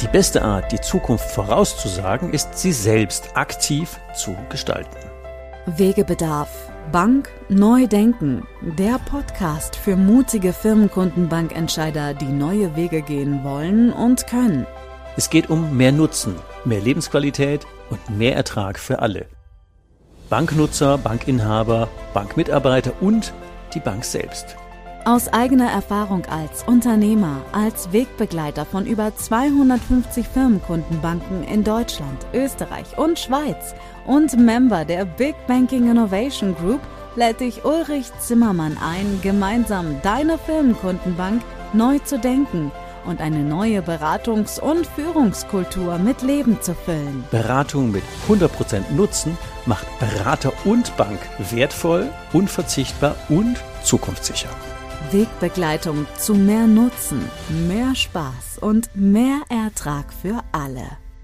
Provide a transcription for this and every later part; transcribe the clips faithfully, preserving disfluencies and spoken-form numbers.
Die beste Art, die Zukunft vorauszusagen, ist, sie selbst aktiv zu gestalten. Wegebedarf. Bank neu denken. Der Podcast für mutige Firmenkundenbankentscheider, die neue Wege gehen wollen und können. Es geht um mehr Nutzen, mehr Lebensqualität und mehr Ertrag für alle. Banknutzer, Bankinhaber, Bankmitarbeiter und die Bank selbst. Aus eigener Erfahrung als Unternehmer, als Wegbegleiter von über zweihundertfünfzig Firmenkundenbanken in Deutschland, Österreich und Schweiz und Member der Big Banking Innovation Group lädt dich Ulrich Zimmermann ein, gemeinsam deine Firmenkundenbank neu zu denken und eine neue Beratungs- und Führungskultur mit Leben zu füllen. Beratung mit hundert Prozent Nutzen macht Berater und Bank wertvoll, unverzichtbar und zukunftssicher. Wegbegleitung zu mehr Nutzen, mehr Spaß und mehr Ertrag für alle.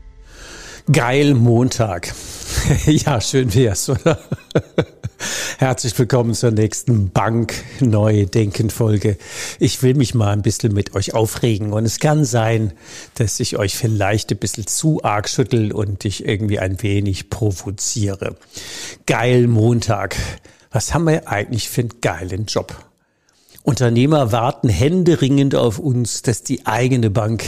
Geil Montag. Ja, schön wär's, oder? Herzlich willkommen zur nächsten Bank-Neu-Denken-Folge. Ich will mich mal ein bisschen mit euch aufregen und es kann sein, dass ich euch vielleicht ein bisschen zu arg schüttel und dich irgendwie ein wenig provoziere. Geil Montag. Was haben wir eigentlich für einen geilen Job? Unternehmer warten händeringend auf uns, dass die eigene Bank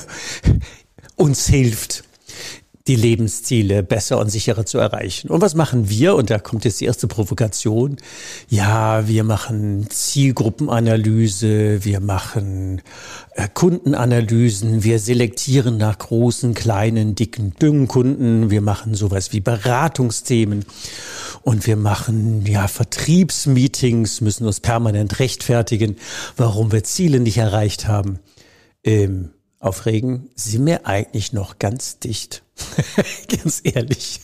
uns hilft, die Lebensziele besser und sicherer zu erreichen. Und was machen wir? Und da kommt jetzt die erste Provokation. Ja, wir machen Zielgruppenanalyse, wir machen äh, Kundenanalysen, wir selektieren nach großen, kleinen, dicken, dünnen Kunden, wir machen sowas wie Beratungsthemen und wir machen ja Vertriebsmeetings, müssen uns permanent rechtfertigen, warum wir Ziele nicht erreicht haben. Ähm, Aufregen, sind wir eigentlich noch ganz dicht. Ganz ehrlich.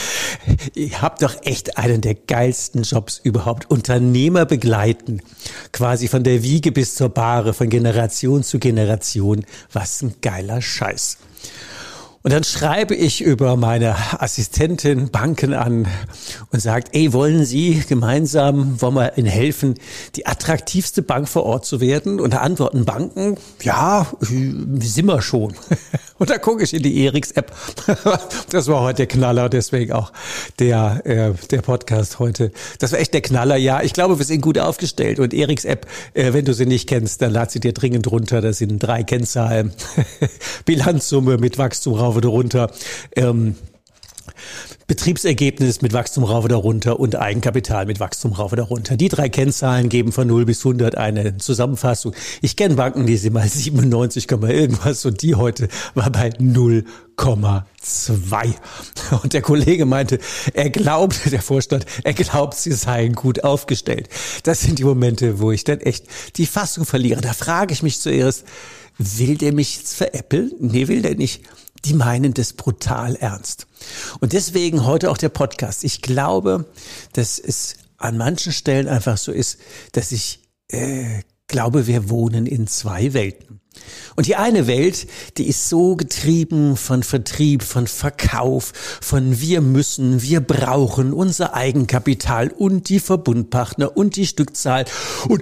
Ihr habt doch echt einen der geilsten Jobs überhaupt. Unternehmer begleiten. Quasi von der Wiege bis zur Bahre, von Generation zu Generation. Was ein geiler Scheiß. Und dann schreibe ich über meine Assistentin Banken an und sagt, ey, wollen Sie gemeinsam, wollen wir Ihnen helfen, die attraktivste Bank vor Ort zu werden? Und da antworten Banken, ja, sind wir schon. Und da gucke ich in die Erix-App. Das war heute der Knaller, deswegen auch der äh, der Podcast heute. Das war echt der Knaller. Ja, ich glaube, wir sind gut aufgestellt. Und Erix-App, äh, wenn du sie nicht kennst, dann lad sie dir dringend runter. Das sind drei Kennzahlen. Bilanzsumme mit Wachstum rauf oder runter. Ähm, Betriebsergebnis mit Wachstum rauf oder runter und Eigenkapital mit Wachstum rauf oder runter. Die drei Kennzahlen geben von null bis hundert eine Zusammenfassung. Ich kenne Banken, die sind mal siebenundneunzig, irgendwas und die heute war bei null Komma zwei. Und der Kollege meinte, er glaubt, der Vorstand, er glaubt, sie seien gut aufgestellt. Das sind die Momente, wo ich dann echt die Fassung verliere. Da frage ich mich zuerst, will der mich jetzt veräppeln? Nee, will der nicht. Die meinen das brutal ernst. Und deswegen heute auch der Podcast. Ich glaube, dass es an manchen Stellen einfach so ist, dass ich äh, glaube, wir wohnen in zwei Welten. Und die eine Welt, die ist so getrieben von Vertrieb, von Verkauf, von wir müssen, wir brauchen unser Eigenkapital und die Verbundpartner und die Stückzahl und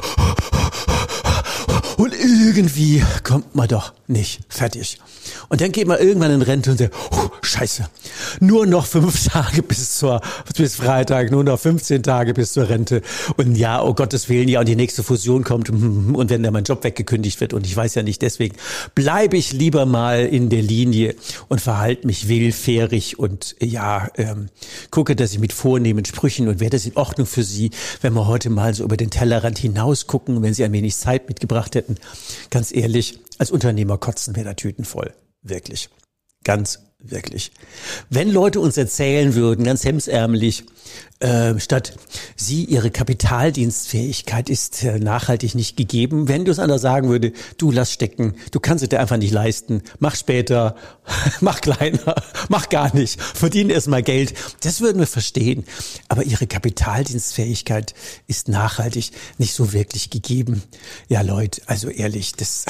Und irgendwie kommt man doch nicht fertig. Und dann geht man irgendwann in Rente und sagt, oh, scheiße, nur noch fünf Tage bis zur bis Freitag, nur noch fünfzehn Tage bis zur Rente. Und ja, oh Gottes Willen, ja, und die nächste Fusion kommt. Und wenn dann mein Job weggekündigt wird und ich weiß ja nicht, deswegen bleibe ich lieber mal in der Linie und verhalte mich willfährig und ja, ähm, gucke, dass ich mit vornehmen Sprüchen und wäre das in Ordnung für Sie, wenn wir heute mal so über den Tellerrand hinaus gucken, wenn Sie ein wenig Zeit mitgebracht hätten. Ganz ehrlich, als Unternehmer kotzen wir da Tüten voll. Wirklich. Ganz wirklich. Wenn Leute uns erzählen würden, ganz hemsärmelig, äh, statt sie, ihre Kapitaldienstfähigkeit ist äh, nachhaltig nicht gegeben, wenn du es anders sagen würde, du lass stecken, du kannst es dir einfach nicht leisten, mach später, mach kleiner, mach gar nicht, verdien erstmal Geld, das würden wir verstehen. Aber ihre Kapitaldienstfähigkeit ist nachhaltig nicht so wirklich gegeben. Ja Leute, also ehrlich, das...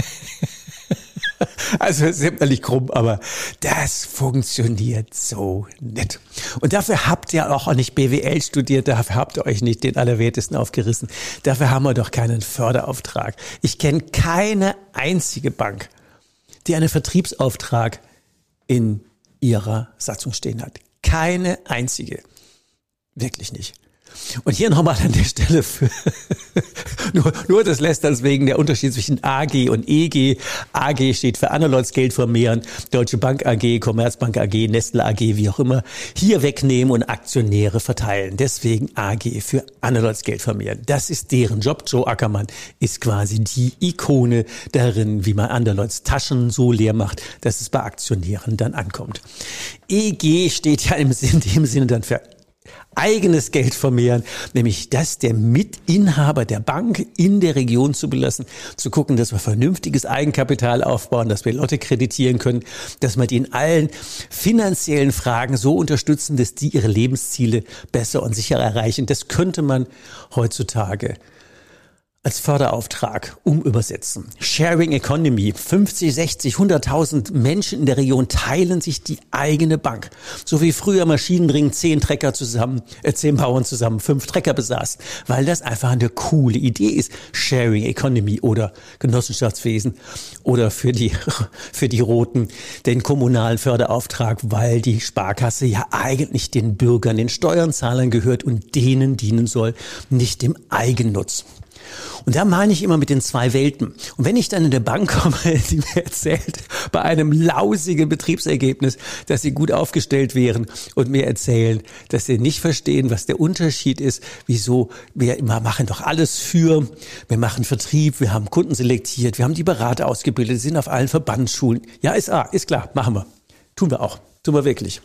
Also es ist nicht krumm, aber das funktioniert so nicht. Und dafür habt ihr auch nicht B W L studiert, dafür habt ihr euch nicht den Allerwertesten aufgerissen. Dafür haben wir doch keinen Förderauftrag. Ich kenne keine einzige Bank, die einen Vertriebsauftrag in ihrer Satzung stehen hat. Keine einzige. Wirklich nicht. Und hier nochmal an der Stelle für nur, nur das lässt als wegen der Unterschied zwischen A G und E G. A G steht für Anderleuts Geld vermehren, Deutsche Bank A G, Commerzbank A G, Nestle A G, wie auch immer, hier wegnehmen und Aktionäre verteilen. Deswegen A G für Anderleuts Geld vermehren. Das ist deren Job. Joe Ackermann ist quasi die Ikone darin, wie man Anderleuts Taschen so leer macht, dass es bei Aktionären dann ankommt. E G steht ja im Sinn, in dem Sinne dann für eigenes Geld vermehren, nämlich das der Mitinhaber der Bank in der Region zu belassen, zu gucken, dass wir vernünftiges Eigenkapital aufbauen, dass wir Leute kreditieren können, dass wir die in allen finanziellen Fragen so unterstützen, dass die ihre Lebensziele besser und sicherer erreichen. Das könnte man heutzutage als Förderauftrag umübersetzen. Sharing Economy. fünfzig, sechzig, hunderttausend Menschen in der Region teilen sich die eigene Bank. So wie früher Maschinen bringen zehn Trecker zusammen, äh, zehn Bauern zusammen, fünf Trecker besaßen. Weil das einfach eine coole Idee ist. Sharing Economy oder Genossenschaftswesen oder für die, für die Roten den kommunalen Förderauftrag, weil die Sparkasse ja eigentlich den Bürgern, den Steuerzahlern gehört und denen dienen soll, nicht dem Eigennutz. Und da meine ich immer mit den zwei Welten. Und wenn ich dann in eine Bank komme, die mir erzählt, bei einem lausigen Betriebsergebnis, dass sie gut aufgestellt wären und mir erzählen, dass sie nicht verstehen, was der Unterschied ist, wieso wir immer machen doch alles für, wir machen Vertrieb, wir haben Kunden selektiert, wir haben die Berater ausgebildet, sind auf allen Verbandsschulen. Ja, ist, ah, ist klar, machen wir. Tun wir auch, tun wir wirklich.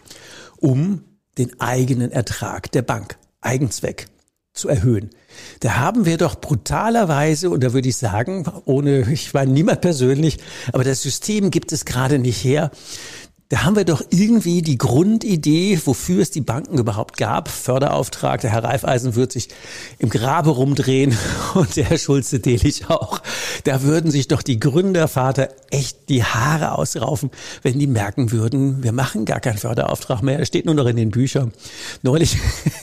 Um den eigenen Ertrag der Bank, Eigenzweck, zu erhöhen. Da haben wir doch brutalerweise, und da würde ich sagen, ohne, ich meine niemand persönlich, aber das System gibt es gerade nicht her. Da haben wir doch irgendwie die Grundidee, wofür es die Banken überhaupt gab. Förderauftrag, der Herr Raiffeisen wird sich im Grabe rumdrehen und der Herr Schulze-Delitzsch auch. Da würden sich doch die Gründervater echt die Haare ausraufen, wenn die merken würden, wir machen gar keinen Förderauftrag mehr. Er steht nur noch in den Büchern. Neulich,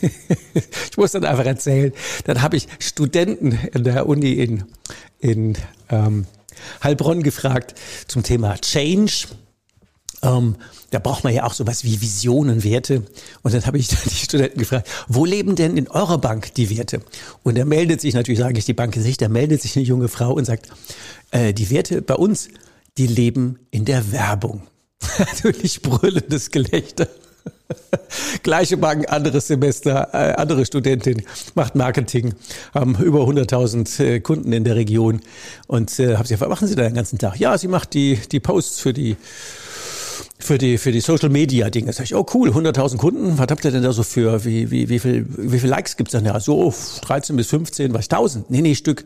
ich muss dann einfach erzählen, dann habe ich Studenten in der Uni in, in ähm, Heilbronn gefragt zum Thema Change. Ähm, da braucht man ja auch sowas wie Visionen, Werte. Und dann habe ich die Studenten gefragt, wo leben denn in eurer Bank die Werte? Und da meldet sich, natürlich sage ich die Bank nicht, da meldet sich eine junge Frau und sagt, äh, die Werte bei uns, die leben in der Werbung. Natürlich brüllendes Gelächter. Gleiche Bank, anderes Semester, äh, andere Studentin, macht Marketing, haben über hunderttausend äh, Kunden in der Region. Und äh, habe sie gefragt, was machen Sie da den ganzen Tag? Ja, sie macht die die Posts für die Für die, für die Social Media Dinge. Sag ich, oh cool, hunderttausend Kunden. Was habt ihr denn da so für, wie, wie, wie viel, wie viel Likes gibt's dann? Ja, so dreizehn bis fünfzehn, was, tausend? Nee, nee, Stück.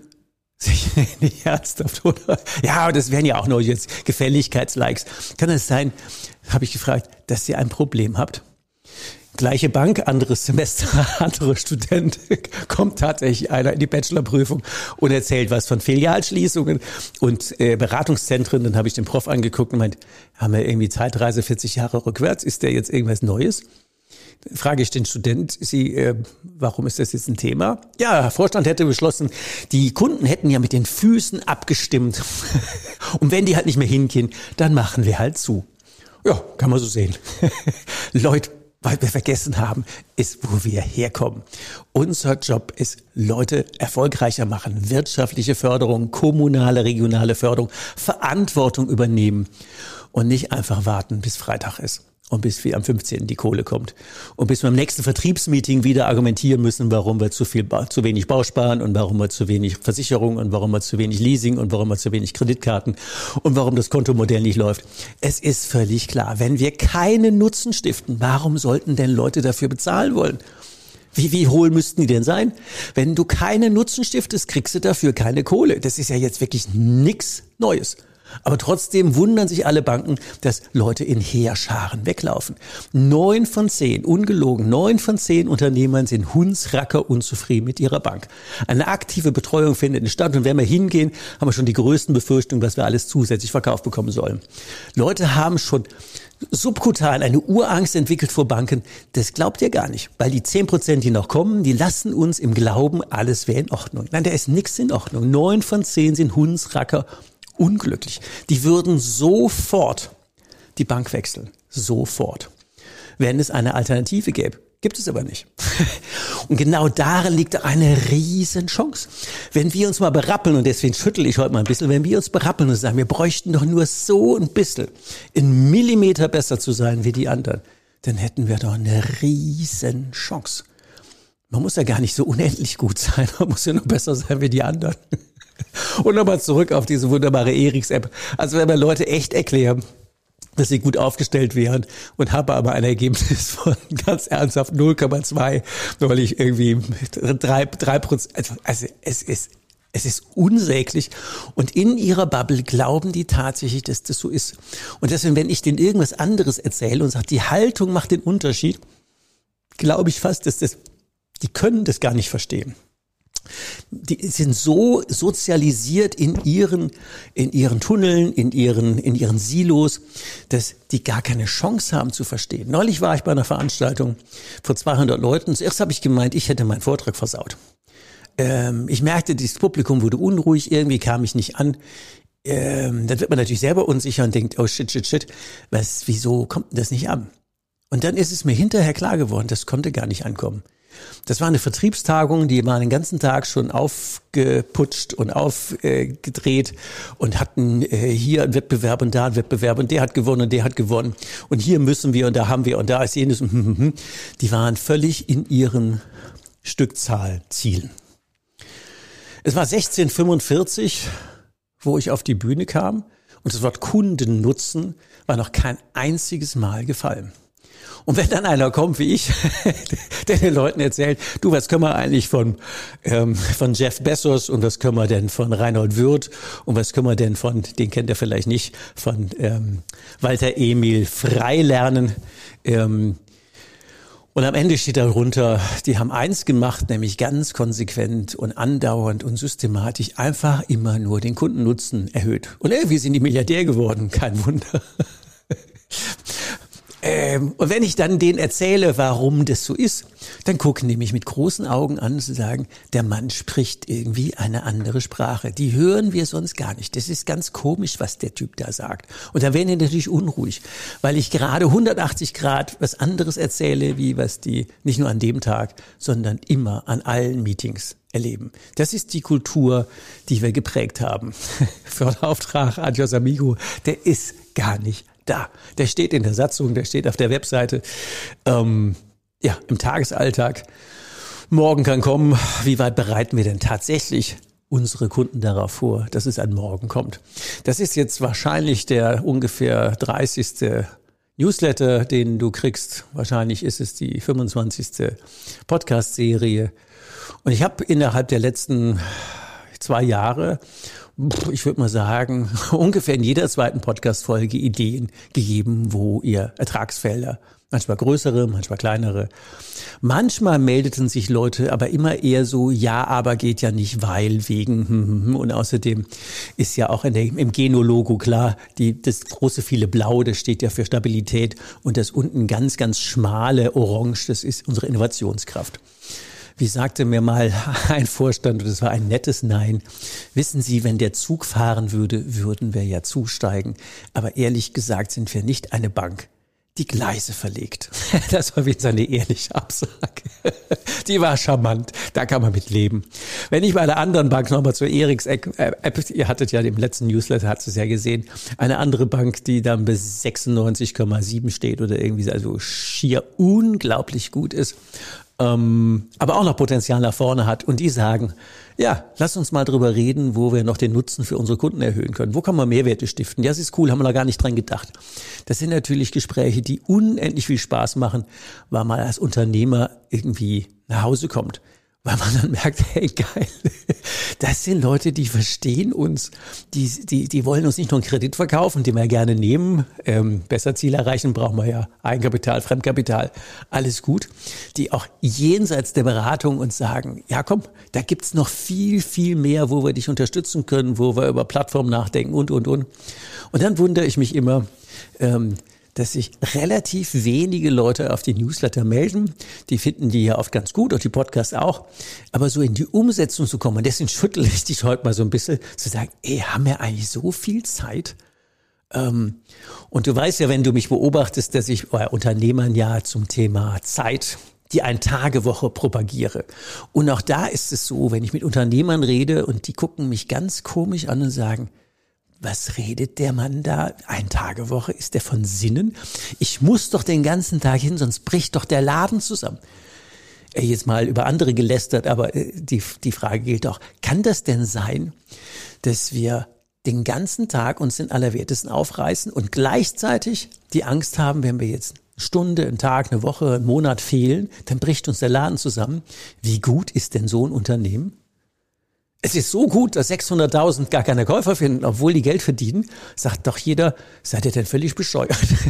Nicht ernsthaft, oder? Ja, aber das wären ja auch nur jetzt Gefälligkeitslikes. Kann es sein, habe ich gefragt, dass ihr ein Problem habt? Gleiche Bank, anderes Semester, andere Student, kommt tatsächlich einer in die Bachelorprüfung und erzählt was von Filialschließungen und äh, Beratungszentren. Dann habe ich den Prof angeguckt und meint, haben wir irgendwie Zeitreise vierzig Jahre rückwärts? Ist der jetzt irgendwas Neues? Dann frage ich den Student, Sie, äh, warum ist das jetzt ein Thema? Ja, der Vorstand hätte beschlossen, die Kunden hätten ja mit den Füßen abgestimmt. Und wenn die halt nicht mehr hingehen, dann machen wir halt zu. Ja, kann man so sehen. Leute, weil wir vergessen haben, ist, wo wir herkommen. Unser Job ist, Leute erfolgreicher machen, wirtschaftliche Förderung, kommunale, regionale Förderung, Verantwortung übernehmen und nicht einfach warten, bis Freitag ist und bis wie am fünfzehnten die Kohle kommt und bis wir im nächsten Vertriebsmeeting wieder argumentieren müssen, warum wir zu viel, zu wenig Bausparen und warum wir zu wenig Versicherung und warum wir zu wenig Leasing und warum wir zu wenig Kreditkarten und warum das Kontomodell nicht läuft. Es ist völlig klar, wenn wir keinen Nutzen stiften, warum sollten denn Leute dafür bezahlen wollen? Wie, wie hohl müssten die denn sein? Wenn du keinen Nutzen stiftest, kriegst du dafür keine Kohle. Das ist ja jetzt wirklich nichts Neues. Aber trotzdem wundern sich alle Banken, dass Leute in Heerscharen weglaufen. Neun von zehn, ungelogen, neun von zehn Unternehmern sind hundsracker unzufrieden mit ihrer Bank. Eine aktive Betreuung findet nicht statt und wenn wir hingehen, haben wir schon die größten Befürchtungen, dass wir alles zusätzlich verkauft bekommen sollen. Leute haben schon subkutan eine Urangst entwickelt vor Banken. Das glaubt ihr gar nicht, weil die zehn Prozent, die noch kommen, die lassen uns im Glauben, alles wäre in Ordnung. Nein, da ist nichts in Ordnung. Neun von zehn sind hundsracker unglücklich. Die würden sofort die Bank wechseln. Sofort. Wenn es eine Alternative gäbe. Gibt es aber nicht. Und genau darin liegt eine riesen Chance. Wenn wir uns mal berappeln, und deswegen schüttel ich heute mal ein bisschen, wenn wir uns berappeln und sagen, wir bräuchten doch nur so ein bisschen, einen Millimeter besser zu sein wie die anderen, dann hätten wir doch eine riesen Chance. Man muss ja gar nicht so unendlich gut sein, man muss ja nur besser sein wie die anderen. Und nochmal zurück auf diese wunderbare Eriks-App. Also wenn wir Leute echt erklären, dass sie gut aufgestellt wären und habe aber ein Ergebnis von ganz ernsthaft null Komma zwei, weil ich irgendwie drei, drei Prozent, also es ist, es ist unsäglich. Und in ihrer Bubble glauben die tatsächlich, dass das so ist. Und deswegen, wenn ich denen irgendwas anderes erzähle und sage, die Haltung macht den Unterschied, glaube ich fast, dass das, die können das gar nicht verstehen. Die sind so sozialisiert in ihren, in ihren Tunneln, in ihren, in ihren Silos, dass die gar keine Chance haben zu verstehen. Neulich war ich bei einer Veranstaltung vor zweihundert Leuten. Zuerst habe ich gemeint, ich hätte meinen Vortrag versaut. Ähm, ich merkte, das Publikum wurde unruhig, irgendwie kam ich nicht an. Ähm, dann wird man natürlich selber unsicher und denkt, oh shit, shit, shit, was, wieso kommt denn das nicht an? Und dann ist es mir hinterher klar geworden, das konnte gar nicht ankommen. Das war eine Vertriebstagung, die waren den ganzen Tag schon aufgeputscht und aufgedreht und hatten hier einen Wettbewerb und da einen Wettbewerb und der hat gewonnen und der hat gewonnen und hier müssen wir und da haben wir und da ist jenes. Die waren völlig in ihren Stückzahlzielen. Es war sechzehn Uhr fünfundvierzig, wo ich auf die Bühne kam und das Wort Kundennutzen war noch kein einziges Mal gefallen. Und wenn dann einer kommt wie ich, der den Leuten erzählt, du, was können wir eigentlich von ähm, von Jeff Bezos und was können wir denn von Reinhold Wirth und was können wir denn von, den kennt ihr vielleicht nicht, von ähm, Walter Emil Frey lernen. Ähm, und am Ende steht darunter, die haben eins gemacht, nämlich ganz konsequent und andauernd und systematisch einfach immer nur den Kundennutzen erhöht. Und irgendwie sind die Milliardär geworden, kein Wunder. Ähm, und wenn ich dann denen erzähle, warum das so ist, dann gucken die mich mit großen Augen an und sagen, der Mann spricht irgendwie eine andere Sprache. Die hören wir sonst gar nicht. Das ist ganz komisch, was der Typ da sagt. Und da werden die natürlich unruhig, weil ich gerade hundertachtzig Grad was anderes erzähle, wie was die nicht nur an dem Tag, sondern immer an allen Meetings erleben. Das ist die Kultur, die wir geprägt haben. Förderauftrag Adios Amigo, der ist gar nicht da. Der steht in der Satzung, der steht auf der Webseite, ähm, ja, im Tagesalltag. Morgen kann kommen. Wie weit bereiten wir denn tatsächlich unsere Kunden darauf vor, dass es an morgen kommt? Das ist jetzt wahrscheinlich der ungefähr dreißigste Newsletter, den du kriegst. Wahrscheinlich ist es die fünfundzwanzigste Podcast-Serie. Und ich habe innerhalb der letzten zwei Jahre, ich würde mal sagen, ungefähr in jeder zweiten Podcast-Folge Ideen gegeben, wo ihr Ertragsfelder, manchmal größere, manchmal kleinere. Manchmal meldeten sich Leute, aber immer eher so, ja, aber geht ja nicht, weil, wegen, und außerdem ist ja auch in der, im Geno-Logo klar, die, das große viele Blau, das steht ja für Stabilität und das unten ganz, ganz schmale Orange, das ist unsere Innovationskraft. Wie sagte mir mal ein Vorstand, und das war ein nettes Nein, wissen Sie, wenn der Zug fahren würde, würden wir ja zusteigen. Aber ehrlich gesagt sind wir nicht eine Bank, die Gleise verlegt. Das war wieder eine ehrliche Absage. Die war charmant, da kann man mit leben. Wenn ich bei einer anderen Bank nochmal zur Eriks-App, ihr hattet ja im letzten Newsletter, hat es ja gesehen, eine andere Bank, die dann bis sechsundneunzig Komma sieben steht oder irgendwie, also schier unglaublich gut ist, Ähm, aber auch noch Potenzial nach vorne hat und die sagen, ja, lass uns mal drüber reden, wo wir noch den Nutzen für unsere Kunden erhöhen können. Wo kann man Mehrwerte stiften? Ja, das ist cool, haben wir noch gar nicht dran gedacht. Das sind natürlich Gespräche, die unendlich viel Spaß machen, weil man als Unternehmer irgendwie nach Hause kommt. Weil man dann merkt, hey, geil, das sind Leute, die verstehen uns, die die die wollen uns nicht nur einen Kredit verkaufen, den wir gerne nehmen, ähm, besser Ziel erreichen, brauchen wir ja Eigenkapital, Fremdkapital, alles gut, die auch jenseits der Beratung uns sagen, ja komm, da gibt's noch viel, viel mehr, wo wir dich unterstützen können, wo wir über Plattformen nachdenken und, und, und. Und dann wundere ich mich immer, ähm, dass sich relativ wenige Leute auf die Newsletter melden. Die finden die ja oft ganz gut und die Podcasts auch. Aber so in die Umsetzung zu kommen, und deswegen schüttel ich dich heute mal so ein bisschen, zu sagen, ey, haben wir eigentlich so viel Zeit? Ähm, und du weißt ja, wenn du mich beobachtest, dass ich bei Unternehmern ja zum Thema Zeit die Ein-Tage-Woche propagiere. Und auch da ist es so, wenn ich mit Unternehmern rede und die gucken mich ganz komisch an und sagen, was redet der Mann da? Ein-Tage-Woche, ist der von Sinnen? Ich muss doch den ganzen Tag hin, sonst bricht doch der Laden zusammen. Jetzt mal über andere gelästert, aber die, die Frage gilt auch, kann das denn sein, dass wir den ganzen Tag uns den Allerwertesten aufreißen und gleichzeitig die Angst haben, wenn wir jetzt eine Stunde, einen Tag, eine Woche, einen Monat fehlen, dann bricht uns der Laden zusammen. Wie gut ist denn so ein Unternehmen? Es ist so gut, dass sechshunderttausend gar keine Käufer finden, obwohl die Geld verdienen. Sagt doch jeder, seid ihr denn völlig bescheuert?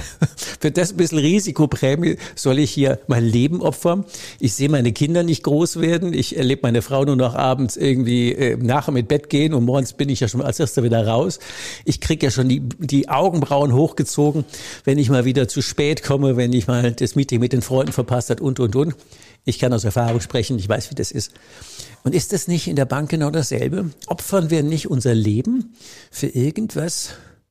Für das ein bisschen Risikoprämie soll ich hier mein Leben opfern? Ich sehe meine Kinder nicht groß werden. Ich erlebe meine Frau nur noch abends irgendwie äh, nachher mit Bett gehen und morgens bin ich ja schon als erster wieder raus. Ich kriege ja schon die, die Augenbrauen hochgezogen, wenn ich mal wieder zu spät komme, wenn ich mal das Meeting mit den Freunden verpasst hat und, und, und. Ich kann aus Erfahrung sprechen, ich weiß, wie das ist. Und ist das nicht in der Bank genau dasselbe? Opfern wir nicht unser Leben für irgendwas,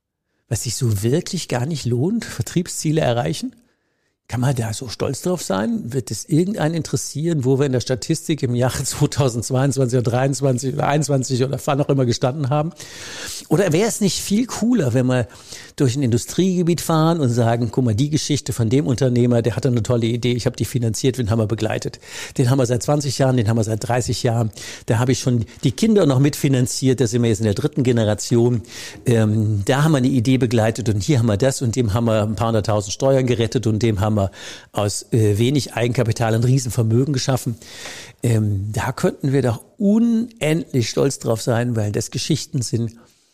was sich so wirklich gar nicht lohnt? Vertriebsziele erreichen? Kann man da so stolz drauf sein? Wird es irgendeinen interessieren, wo wir in der Statistik im Jahre zweitausendzweiundzwanzig oder dreiundzwanzig oder einundzwanzig oder wann auch immer gestanden haben? Oder wäre es nicht viel cooler, wenn wir durch ein Industriegebiet fahren und sagen, guck mal, die Geschichte von dem Unternehmer, der hatte eine tolle Idee, ich habe die finanziert, den haben wir begleitet. Den haben wir seit zwanzig Jahren, den haben wir seit dreißig Jahren. Da habe ich schon die Kinder noch mitfinanziert, da sind wir jetzt in der dritten Generation. Ähm, da haben wir eine Idee begleitet und hier haben wir das und dem haben wir ein paar hunderttausend Steuern gerettet und dem haben wir aus äh, wenig Eigenkapital ein Riesenvermögen geschaffen. Ähm, da könnten wir doch unendlich stolz drauf sein, weil das Geschichten sind,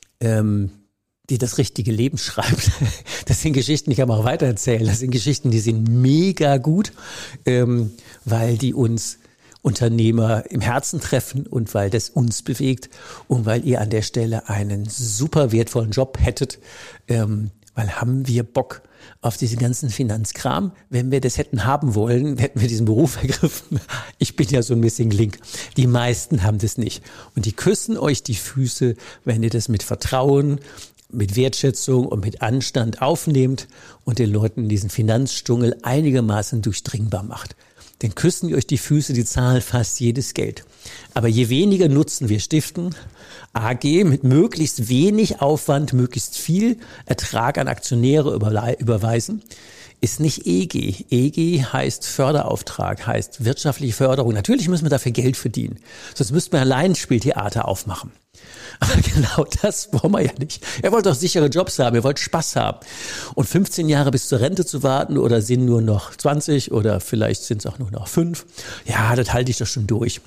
ähm, die das richtige Leben schreibt. Das sind Geschichten, die kann man auch weitererzählen. Das sind Geschichten, die sind mega gut, ähm, weil die uns Unternehmer im Herzen treffen und weil das uns bewegt und weil ihr an der Stelle einen super wertvollen Job hättet, ähm, weil haben wir Bock auf diesen ganzen Finanzkram. Wenn wir das hätten haben wollen, hätten wir diesen Beruf ergriffen. Ich bin ja so ein Missing Link. Die meisten haben das nicht. Und die küssen euch die Füße, wenn ihr das mit Vertrauen, mit Wertschätzung und mit Anstand aufnehmt und den Leuten diesen Finanzdschungel einigermaßen durchdringbar macht. Dann küssen die euch die Füße, die zahlen fast jedes Geld. Aber je weniger Nutzen wir stiften, A G mit möglichst wenig Aufwand, möglichst viel Ertrag an Aktionäre überweisen, ist nicht E G. E G heißt Förderauftrag, heißt wirtschaftliche Förderung. Natürlich müssen wir dafür Geld verdienen. Sonst müssten wir allein Spieltheater aufmachen. Aber genau das wollen wir ja nicht. Ihr wollt doch sichere Jobs haben, ihr wollt Spaß haben. Und fünfzehn Jahre bis zur Rente zu warten oder sind nur noch zwanzig oder vielleicht sind es auch nur noch fünf. Ja, das halte ich doch schon durch.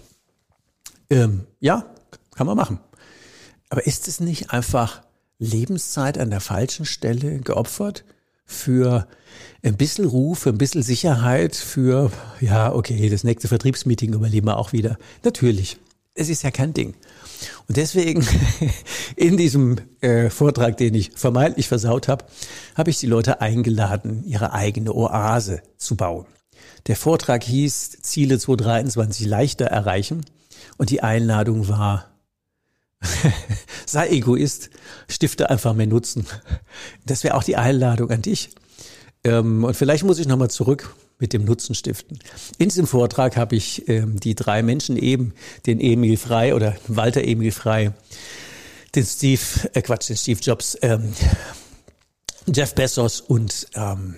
Ähm, ja, kann man machen. Aber ist es nicht einfach Lebenszeit an der falschen Stelle geopfert für ein bisschen Ruhe, für ein bisschen Sicherheit, für, ja, okay, das nächste Vertriebsmeeting überleben wir auch wieder. Natürlich, es ist ja kein Ding. Und deswegen in diesem äh, Vortrag, den ich vermeintlich versaut habe, habe ich die Leute eingeladen, ihre eigene Oase zu bauen. Der Vortrag hieß Ziele zwanzig dreiundzwanzig leichter erreichen und die Einladung war, sei Egoist, stifte einfach mehr Nutzen. Das wäre auch die Einladung an dich. Ähm, und vielleicht muss ich nochmal zurück mit dem Nutzen stiften. In diesem Vortrag habe ich ähm, die drei Menschen eben, den Emil Frey oder Walter Emil Frey, den Steve, äh Quatsch, den Steve Jobs, ähm, Jeff Bezos und ähm,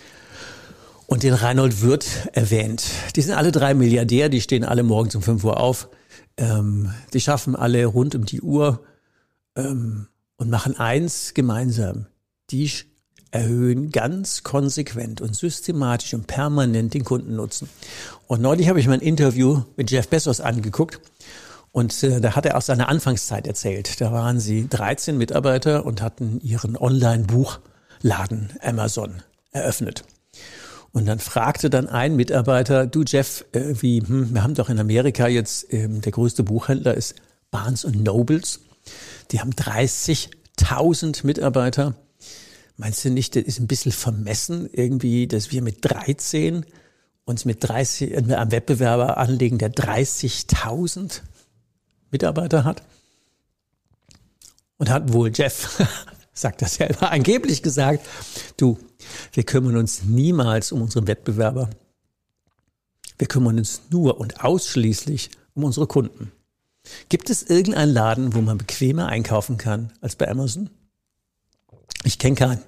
und den Reinhold Wirth erwähnt. Die sind alle drei Milliardär, die stehen alle morgens um fünf Uhr auf. Ähm, die schaffen alle rund um die Uhr ähm, und machen eins gemeinsam. Die erhöhen ganz konsequent und systematisch und permanent den Kundennutzen. Und neulich habe ich mal ein Interview mit Jeff Bezos angeguckt und äh, da hat er aus seiner Anfangszeit erzählt. Da waren sie dreizehn Mitarbeiter und hatten ihren Online-Buchladen Amazon eröffnet. Und dann fragte dann ein Mitarbeiter, du Jeff, äh, wie, hm, wir haben doch in Amerika jetzt, ähm, der größte Buchhändler ist Barnes und Nobles. Die haben dreißigtausend Mitarbeiter. Meinst du nicht, das ist ein bisschen vermessen irgendwie, dass wir mit dreizehn uns mit dreißig äh, am Wettbewerber anlegen, der dreißigtausend Mitarbeiter hat? Und hat wohl Jeff, sagt das selber, angeblich gesagt, du, wir kümmern uns niemals um unsere Wettbewerber. Wir kümmern uns nur und ausschließlich um unsere Kunden. Gibt es irgendeinen Laden, wo man bequemer einkaufen kann als bei Amazon? Ich kenne keinen.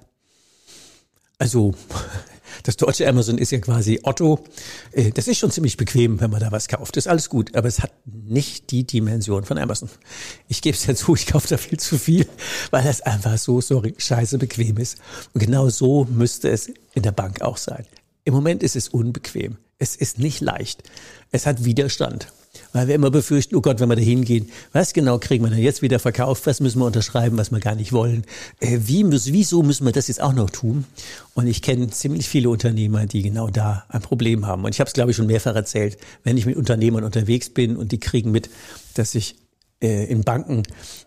Also das deutsche Amazon ist ja quasi Otto. Das ist schon ziemlich bequem, wenn man da was kauft. Das ist alles gut, aber es hat nicht die Dimension von Amazon. Ich gebe es ja zu, ich kaufe da viel zu viel, weil das einfach so, sorry, scheiße bequem ist. Und genau so müsste es in der Bank auch sein. Im Moment ist es unbequem. Es ist nicht leicht. Es hat Widerstand. Weil wir immer befürchten, oh Gott, wenn wir da hingehen, was genau kriegen wir denn jetzt wieder verkauft? Was müssen wir unterschreiben, was wir gar nicht wollen? Äh, wie müssen, wieso müssen wir das jetzt auch noch tun? Und ich kenne ziemlich viele Unternehmer, die genau da ein Problem haben. Und ich habe es, glaube ich, schon mehrfach erzählt, wenn ich mit Unternehmern unterwegs bin und die kriegen mit, dass ich äh, in Banken,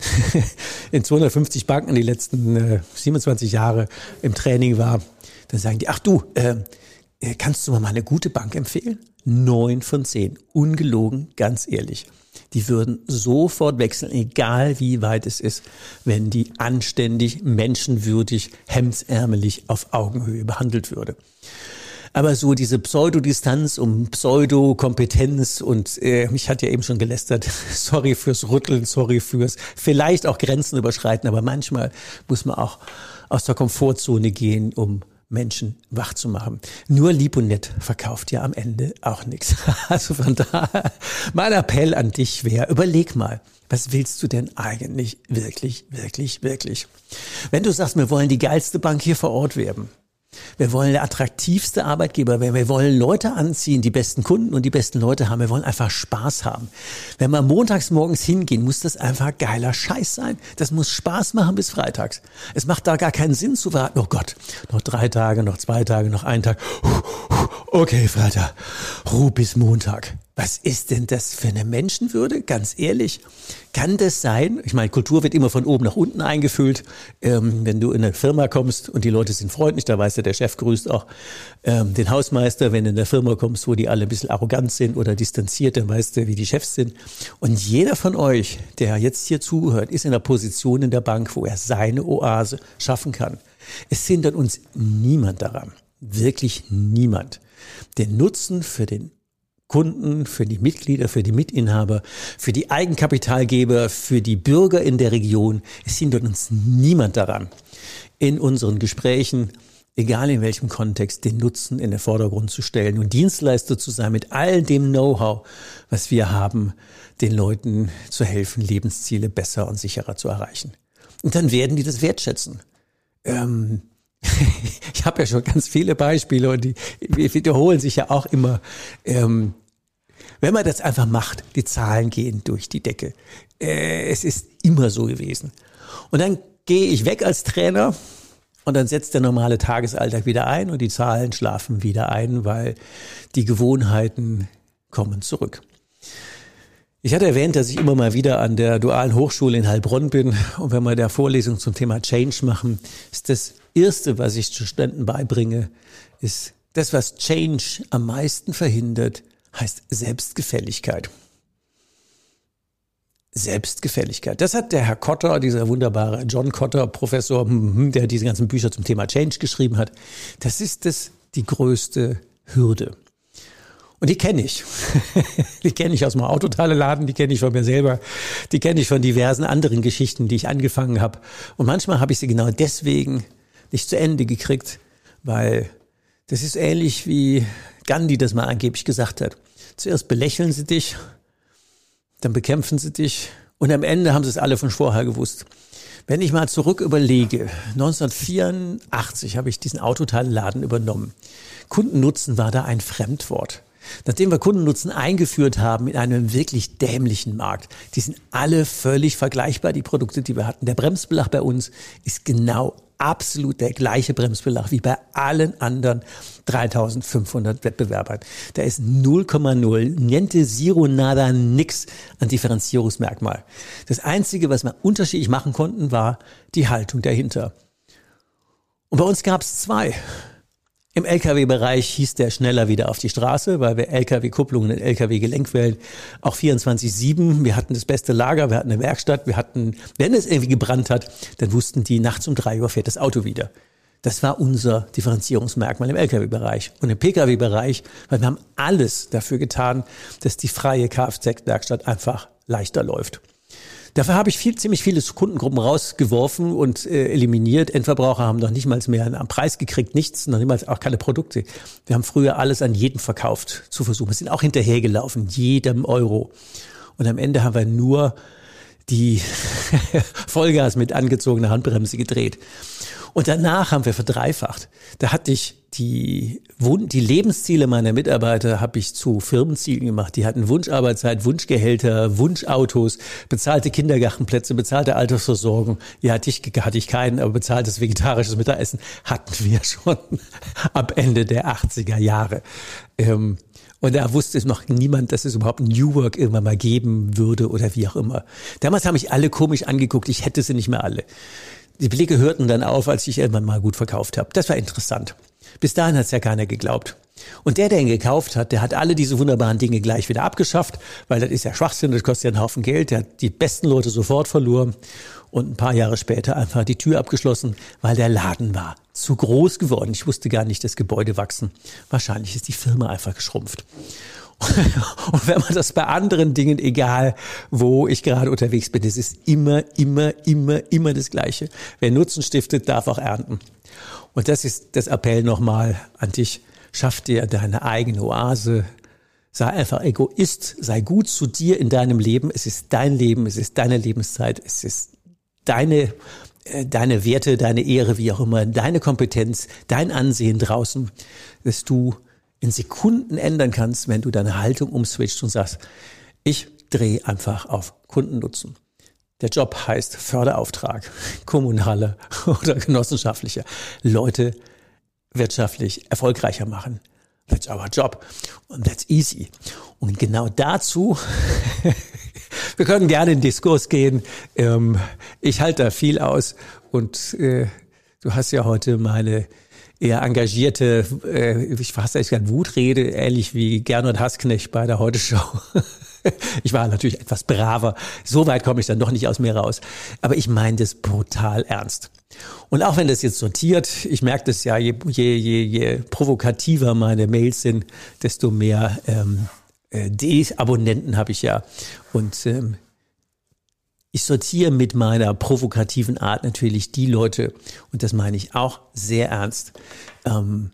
in zweihundertfünfzig Banken die letzten äh, siebenundzwanzig Jahre im Training war, dann sagen die, ach du, äh, kannst du mir mal eine gute Bank empfehlen? Neun von zehn. Ungelogen, ganz ehrlich. Die würden sofort wechseln, egal wie weit es ist, wenn die anständig, menschenwürdig, hemdsärmelig auf Augenhöhe behandelt würde. Aber so diese Pseudodistanz um Pseudokompetenz und äh, ich hatte ja eben schon gelästert, sorry fürs Rütteln, sorry fürs vielleicht auch Grenzen überschreiten, aber manchmal muss man auch aus der Komfortzone gehen, um Menschen wach zu machen. Nur lieb und nett verkauft ja am Ende auch nichts. Also von daher, mein Appell an dich wäre, überleg mal, was willst du denn eigentlich wirklich, wirklich, wirklich? Wenn du sagst, wir wollen die geilste Bank hier vor Ort werden, wir wollen der attraktivste Arbeitgeber werden. Wir wollen Leute anziehen, die besten Kunden und die besten Leute haben. Wir wollen einfach Spaß haben. Wenn wir montags morgens hingehen, muss das einfach geiler Scheiß sein. Das muss Spaß machen bis freitags. Es macht da gar keinen Sinn zu warten. Oh Gott, noch drei Tage, noch zwei Tage, noch ein Tag. Okay, Freitag, Ruhe bis Montag. Was ist denn das für eine Menschenwürde? Ganz ehrlich, kann das sein? Ich meine, Kultur wird immer von oben nach unten eingefüllt. Ähm, wenn du in eine Firma kommst und die Leute sind freundlich, da weißt du, der Chef grüßt auch ähm, den Hausmeister. Wenn du in eine Firma kommst, wo die alle ein bisschen arrogant sind oder distanziert, dann weißt du, wie die Chefs sind. Und jeder von euch, der jetzt hier zuhört, ist in einer Position in der Bank, wo er seine Oase schaffen kann. Es hindert uns niemand daran, wirklich niemand, den Nutzen für den Kunden, für die Mitglieder, für die Mitinhaber, für die Eigenkapitalgeber, für die Bürger in der Region. Es hindert uns niemand daran, in unseren Gesprächen, egal in welchem Kontext, den Nutzen in den Vordergrund zu stellen und Dienstleister zu sein mit all dem Know-how, was wir haben, den Leuten zu helfen, Lebensziele besser und sicherer zu erreichen. Und dann werden die das wertschätzen. Ähm, ich habe ja schon ganz viele Beispiele und die wiederholen sich ja auch immer. Ähm, wenn man das einfach macht, die Zahlen gehen durch die Decke. Äh, es ist immer so gewesen. Und dann gehe ich weg als Trainer und dann setzt der normale Tagesalltag wieder ein und die Zahlen schlafen wieder ein, weil die Gewohnheiten kommen zurück. Ich hatte erwähnt, dass ich immer mal wieder an der Dualen Hochschule in Heilbronn bin und wenn wir da Vorlesungen zum Thema Change machen, ist das Erste, was ich Studenten beibringe, ist das, was Change am meisten verhindert, heißt Selbstgefälligkeit. Selbstgefälligkeit. Das hat der Herr Kotter, dieser wunderbare John Kotter, Professor, der diese ganzen Bücher zum Thema Change geschrieben hat. Das ist das die größte Hürde. Und die kenne ich. Die kenne ich aus meinem Autoteileladen, die kenne ich von mir selber, die kenne ich von diversen anderen Geschichten, die ich angefangen habe. Und manchmal habe ich sie genau deswegen nicht zu Ende gekriegt, weil das ist ähnlich wie Gandhi das mal angeblich gesagt hat. Zuerst belächeln sie dich, dann bekämpfen sie dich und am Ende haben sie es alle von vorher gewusst. Wenn ich mal zurück überlege, neunzehnhundertvierundachtzig habe ich diesen Autoteilladen übernommen. Kundennutzen war da ein Fremdwort. Nachdem wir Kundennutzen eingeführt haben in einem wirklich dämlichen Markt, die sind alle völlig vergleichbar, die Produkte, die wir hatten. Der Bremsbelag bei uns ist genau absolut der gleiche Bremsbelag wie bei allen anderen dreitausendfünfhundert Wettbewerbern. Da ist null Komma null, niente, zero, nada, nix an Differenzierungsmerkmal. Das Einzige, was wir unterschiedlich machen konnten, war die Haltung dahinter. Und bei uns gab es zwei. Im L K W-Bereich hieß der schneller wieder auf die Straße, weil wir L K W-Kupplungen und L K W-Gelenkwellen auch vierundzwanzig sieben, wir hatten das beste Lager, wir hatten eine Werkstatt, wir hatten, wenn es irgendwie gebrannt hat, dann wussten die, nachts um drei Uhr fährt das Auto wieder. Das war unser Differenzierungsmerkmal im L K W-Bereich. Und im P K W-Bereich, weil wir haben alles dafür getan, dass die freie Kfz-Werkstatt einfach leichter läuft. Dafür habe ich viel, ziemlich viele Kundengruppen rausgeworfen und äh, eliminiert. Endverbraucher haben noch nicht mal mehr einen Preis gekriegt, nichts, noch nicht mal auch keine Produkte. Wir haben früher alles an jeden verkauft zu versuchen. Wir sind auch hinterhergelaufen, jedem Euro. Und am Ende haben wir nur die Vollgas mit angezogener Handbremse gedreht. Und danach haben wir verdreifacht. Da hatte ich die, die Lebensziele meiner Mitarbeiter habe ich zu Firmenzielen gemacht. Die hatten Wunscharbeitszeit, Wunschgehälter, Wunschautos, bezahlte Kindergartenplätze, bezahlte Altersversorgung. Ja, hatte ich, hatte ich keinen, aber bezahltes vegetarisches Mittagessen hatten wir schon ab Ende der achtziger Jahre. Ähm, Und da wusste es noch niemand, dass es überhaupt New Work irgendwann mal geben würde oder wie auch immer. Damals haben mich alle komisch angeguckt, ich hätte sie nicht mehr alle. Die Blicke hörten dann auf, als ich irgendwann mal gut verkauft habe. Das war interessant. Bis dahin hat es ja keiner geglaubt. Und der, der ihn gekauft hat, der hat alle diese wunderbaren Dinge gleich wieder abgeschafft, weil das ist ja Schwachsinn, das kostet ja einen Haufen Geld. Der hat die besten Leute sofort verloren und ein paar Jahre später einfach die Tür abgeschlossen, weil der Laden war zu groß geworden. Ich wusste gar nicht, dass Gebäude wachsen. Wahrscheinlich ist die Firma einfach geschrumpft. Und wenn man das bei anderen Dingen, egal wo ich gerade unterwegs bin, es ist immer, immer, immer, immer das Gleiche. Wer Nutzen stiftet, darf auch ernten. Und das ist das Appell nochmal an dich. Schaff dir deine eigene Oase. Sei einfach Egoist. Sei gut zu dir in deinem Leben. Es ist dein Leben. Es ist deine Lebenszeit. Es ist deine, deine Werte, deine Ehre, wie auch immer, deine Kompetenz, dein Ansehen draußen, dass du in Sekunden ändern kannst, wenn du deine Haltung umswitcht und sagst, ich drehe einfach auf Kundennutzen. Der Job heißt Förderauftrag, kommunaler oder genossenschaftlicher. Leute wirtschaftlich erfolgreicher machen. That's our job. Und that's easy. Und genau dazu, wir können gerne in den Diskurs gehen. Ähm, ich halte da viel aus. Und äh, du hast ja heute meine eher engagierte, äh, ich fasse jetzt gerne Wutrede, ähnlich wie Gernot Hassknecht bei der Heute-Show. Ich war natürlich etwas braver. So weit komme ich dann doch nicht aus mir raus. Aber ich meine das brutal ernst. Und auch wenn das jetzt sortiert, ich merke das ja, je, je, je, je provokativer meine Mails sind, desto mehr ähm, äh, De-Abonnenten habe ich ja. Und ähm, ich sortiere mit meiner provokativen Art natürlich die Leute, und das meine ich auch sehr ernst. Ähm,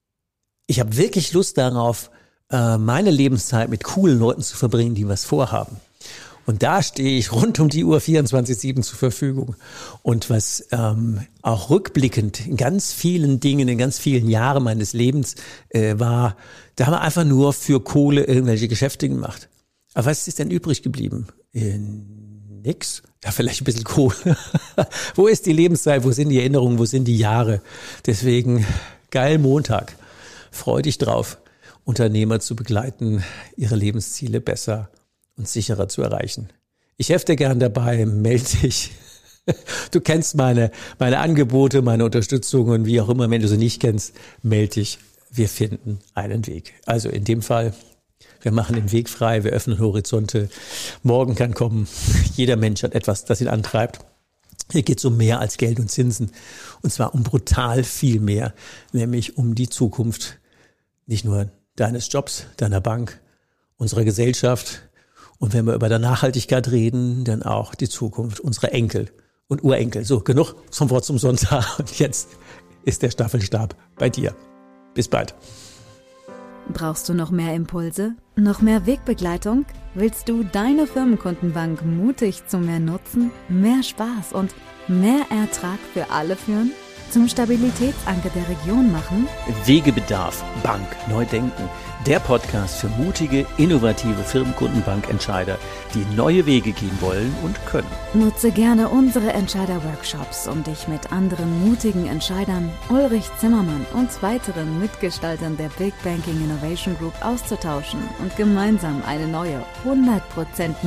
ich habe wirklich Lust darauf, äh, meine Lebenszeit mit coolen Leuten zu verbringen, die was vorhaben. Und da stehe ich rund um die Uhr vierundzwanzig sieben zur Verfügung. Und was ähm, auch rückblickend in ganz vielen Dingen, in ganz vielen Jahren meines Lebens äh, war, da haben wir einfach nur für Kohle irgendwelche Geschäfte gemacht. Aber was ist denn übrig geblieben? In Nix. Ja, vielleicht ein bisschen Kohle. Wo ist die Lebenszeit? Wo sind die Erinnerungen? Wo sind die Jahre? Deswegen, geil Montag. Freu dich drauf, Unternehmer zu begleiten, ihre Lebensziele besser und sicherer zu erreichen. Ich helfe dir gern dabei, melde dich. Du kennst meine, meine Angebote, meine Unterstützung und wie auch immer, wenn du sie nicht kennst, melde dich. Wir finden einen Weg. Also in dem Fall, wir machen den Weg frei, wir öffnen Horizonte. Morgen kann kommen. Jeder Mensch hat etwas, das ihn antreibt. Hier geht es um mehr als Geld und Zinsen. Und zwar um brutal viel mehr, nämlich um die Zukunft nicht nur deines Jobs, deiner Bank, unserer Gesellschaft. Und wenn wir über der Nachhaltigkeit reden, dann auch die Zukunft unserer Enkel und Urenkel. So, genug zum Wort zum Sonntag. Und jetzt ist der Staffelstab bei dir. Bis bald. Brauchst du noch mehr Impulse? Noch mehr Wegbegleitung? Willst du deine Firmenkundenbank mutig zu mehr Nutzen, mehr Spaß und mehr Ertrag für alle führen? Zum Stabilitätsanker der Region machen? Wegebedarf, Bank, neu denken. Der Podcast für mutige, innovative Firmenkundenbankentscheider, die neue Wege gehen wollen und können. Nutze gerne unsere Entscheider-Workshops, um dich mit anderen mutigen Entscheidern, Ulrich Zimmermann und weiteren Mitgestaltern der Big Banking Innovation Group auszutauschen und gemeinsam eine neue, hundert Prozent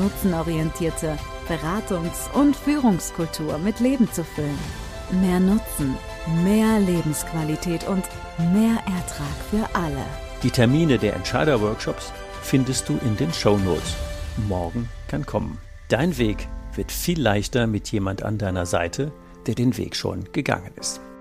nutzenorientierte Beratungs- und Führungskultur mit Leben zu füllen. Mehr Nutzen, mehr Lebensqualität und mehr Ertrag für alle. Die Termine der Entscheider-Workshops findest du in den Shownotes. Morgen kann kommen. Dein Weg wird viel leichter mit jemand an deiner Seite, der den Weg schon gegangen ist.